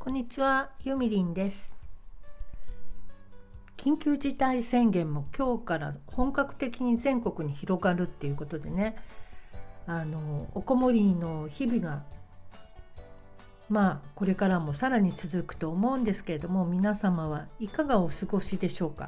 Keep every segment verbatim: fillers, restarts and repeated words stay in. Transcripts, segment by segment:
こんにちは、ゆみりんです。緊急事態宣言も今日から本格的に全国に広がるっていうことでね、あのおこもりの日々がまあこれからもさらに続くと思うんですけれども、皆様はいかがお過ごしでしょうか。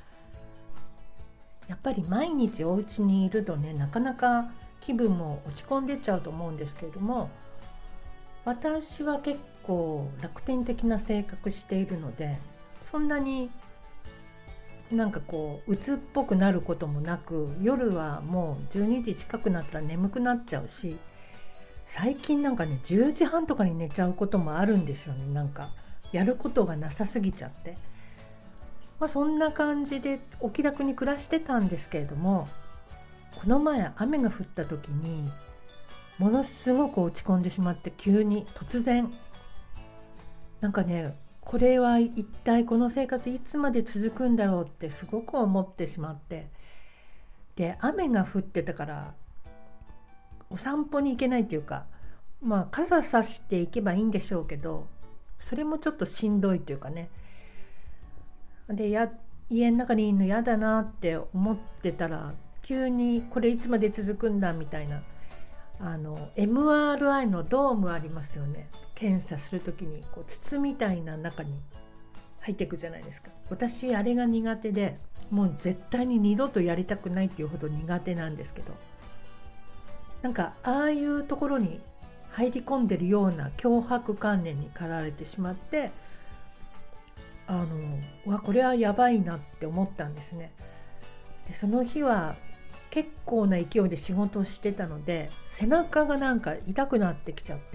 やっぱり毎日お家にいるとね、なかなか気分も落ち込んでっちゃうと思うんですけれども、私は結構楽天的な性格しているので、そんなになんかこう鬱っぽくなることもなく、夜はもうじゅうにじ近くなったら眠くなっちゃうし、最近なんかねじゅうじはんとかに寝ちゃうこともあるんですよね。なんかやることがなさすぎちゃって、まあ、そんな感じでお気楽に暮らしてたんですけれども、この前雨が降った時にものすごく落ち込んでしまって、急に突然なんかね、これは一体この生活いつまで続くんだろうってすごく思ってしまって、で雨が降ってたからお散歩に行けないというか、まあ傘さしていけばいいんでしょうけど、それもちょっとしんどいというかね。でや家の中にいるの嫌だなって思ってたら、急にこれいつまで続くんだみたいな、あの エムアールアイ のドームありますよね。検査するときにこう筒みたいな中に入っていくじゃないですか。私あれが苦手で、もう絶対に二度とやりたくないっていうほど苦手なんですけど、なんかああいうところに入り込んでるような強迫観念に駆られてしまって、あのうわこれはやばいなって思ったんですね。でその日は結構な勢いで仕事をしてたので、背中がなんか痛くなってきちゃって、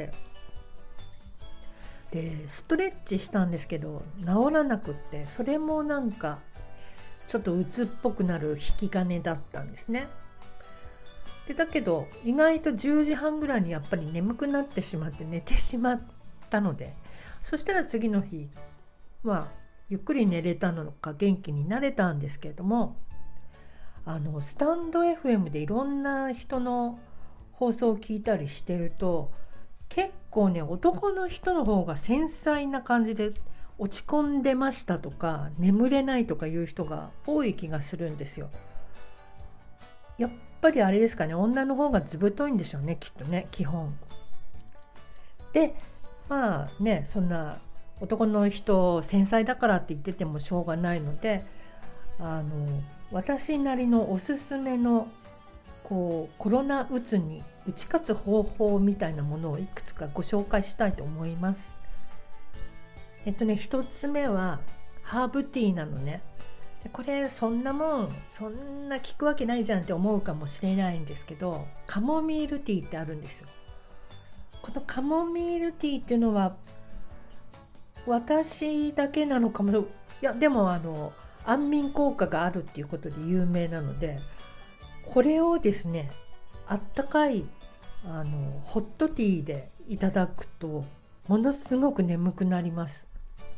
でストレッチしたんですけど治らなくって、それもなんかちょっと鬱っぽくなる引き金だったんですね。でだけど意外とじゅうじはんぐらいにやっぱり眠くなってしまって寝てしまったので、そしたら次の日まあゆっくり寝れたのか元気になれたんですけれども、あのスタンド エフエム でいろんな人の放送を聞いたりしてると、結構ね男の人の方が繊細な感じで落ち込んでましたとか眠れないとかいう人が多い気がするんですよ。やっぱりあれですかね、女の方が図太いんでしょうね、きっとね、基本で。まあね、そんな男の人繊細だからって言っててもしょうがないので、あの私なりのおすすめのこうコロナうつに打ち勝つ方法みたいなものをいくつかご紹介したいと思います。えっとね一つ目はハーブティーなのね。これそんなもんそんな効くわけないじゃんって思うかもしれないんですけど、カモミールティーってあるんですよ。このカモミールティーっていうのは私だけなのかも。いやでもあの安眠効果があるっていうことで有名なので、これをですねあったかいあのホットティーでいただくとものすごく眠くなります。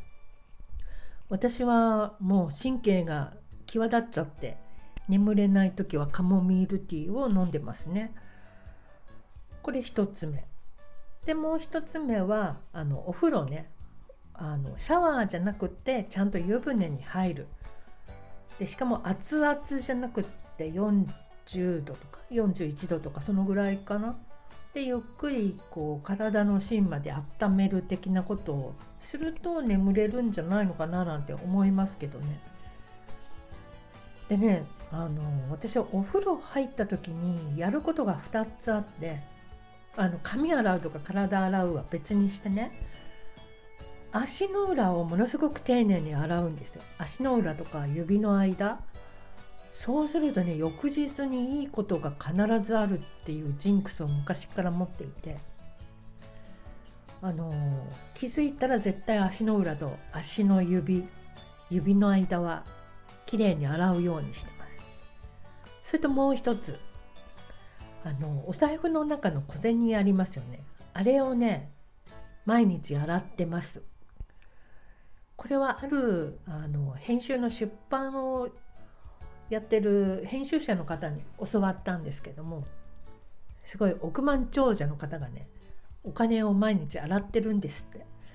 私はもう神経が際立っちゃって眠れない時はカモミールティーを飲んでますね。これ一つ目で、もう一つ目はあのお風呂ね、あのシャワーじゃなくてちゃんと湯船に入る。でしかも熱々じゃなくってよんじゅうどとかよんじゅういちどとかそのぐらいかな。でゆっくりこう体の芯まで温める的なことをすると眠れるんじゃないのかななんて思いますけどね。でね、あの私はお風呂入った時にやることがふたつあって、あの髪洗うとか体洗うは別にしてね、足の裏をものすごく丁寧に洗うんですよ。足の裏とか指の間。そうするとね、翌日にいいことが必ずあるっていうジンクスを昔から持っていて、あのー気づいたら絶対足の裏と足の指指の間はきれいに洗うようにしてます。それともう一つ、あのお財布の中の小銭ありますよね。あれをね毎日洗ってます。これはあるあの編集の出版をやってる編集者の方に教わったんですけども、すごい億万長者の方がねお金を毎日洗ってるんですって。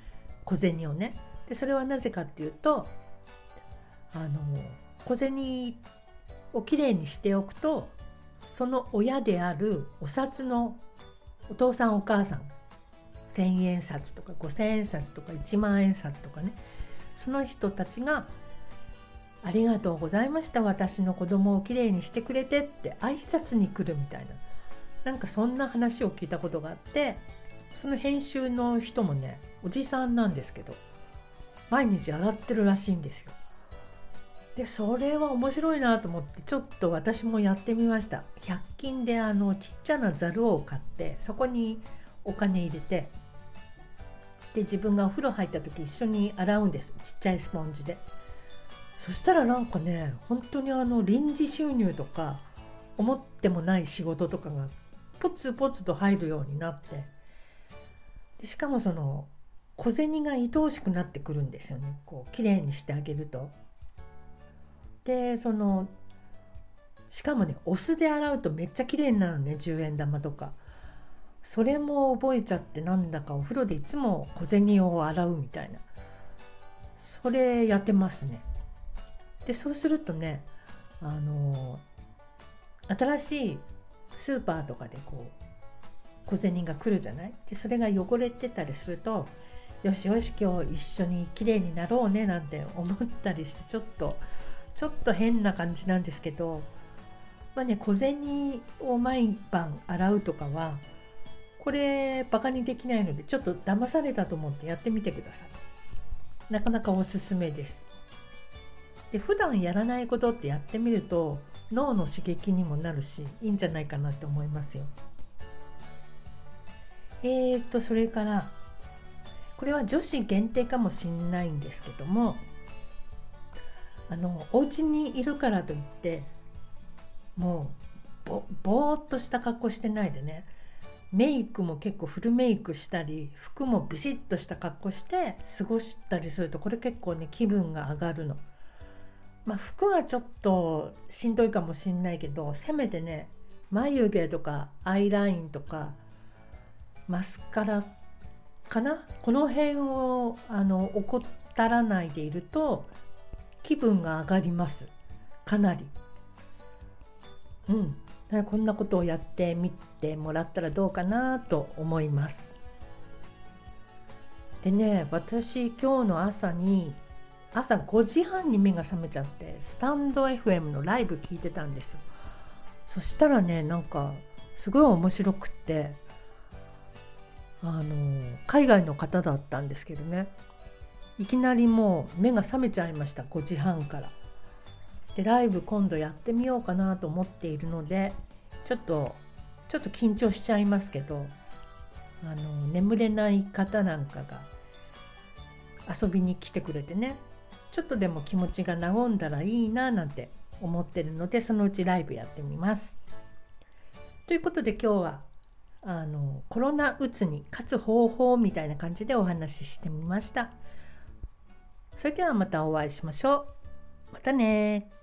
小銭をね。でそれはなぜかっていうと、あの小銭をきれいにしておくと、その親であるお札のお父さんお母さん、せんえん札とかごせんえん札とかいちまんえん札とかね、その人たちがありがとうございました、私の子供をきれいにしてくれてって挨拶に来るみたいな、なんかそんな話を聞いたことがあって、その編集の人もね、おじさんなんですけど、毎日洗ってるらしいんですよ。でそれは面白いなと思って、ちょっと私もやってみました。ひゃく均であのちっちゃなざるを買って、そこにお金入れて、で自分がお風呂入った時一緒に洗うんです、ちっちゃいスポンジで。そしたらなんかね、本当にあの臨時収入とか思ってもない仕事とかがポツポツと入るようになって、でしかもその小銭が愛おしくなってくるんですよね、こうきれいにしてあげると。でそのしかもね、お酢で洗うとめっちゃきれいになるね、じゅうえん玉とか。それも覚えちゃって、なんだかお風呂でいつも小銭を洗うみたいな、それやってますね。でそうするとね、あの新しいスーパーとかでこう小銭が来るじゃない。でそれが汚れてたりすると、よしよし今日一緒にきれいになろうねなんて思ったりして、ちょっとちょっと変な感じなんですけど、まあね、小銭を毎晩洗うとかはこれバカにできないので、ちょっと騙されたと思ってやってみてください。なかなかおすすめです。で普段やらないことってやってみると脳の刺激にもなるし、いいんじゃないかなって思いますよ。えーとそれからこれは女子限定かもしれないんですけども、あのお家にいるからといってもう ぼ, ぼーっとした格好してないでね、メイクも結構フルメイクしたり、服もビシッとした格好して過ごしたりすると、これ結構ね気分が上がるの。まあ服はちょっとしんどいかもしんないけど、せめてね眉毛とかアイラインとかマスカラかな、この辺をあの怠らないでいると気分が上がります、かなり。うん、こんなことをやってみてもらったらどうかなと思います。でね、私今日の朝に朝ごじはんに目が覚めちゃって、スタンド エフエム のライブ聞いてたんですよ。そしたらね、なんかすごい面白くって、あの海外の方だったんですけどね、いきなりもう目が覚めちゃいました、ごじはんから。でライブ今度やってみようかなと思っているので、ちょっとちょっと緊張しちゃいますけど、あの眠れない方なんかが遊びに来てくれてね、ちょっとでも気持ちが和んだらいいななんて思ってるので、そのうちライブやってみます。ということで今日はあのコロナうつに勝つ方法みたいな感じでお話ししてみました。それではまたお会いしましょう。またね。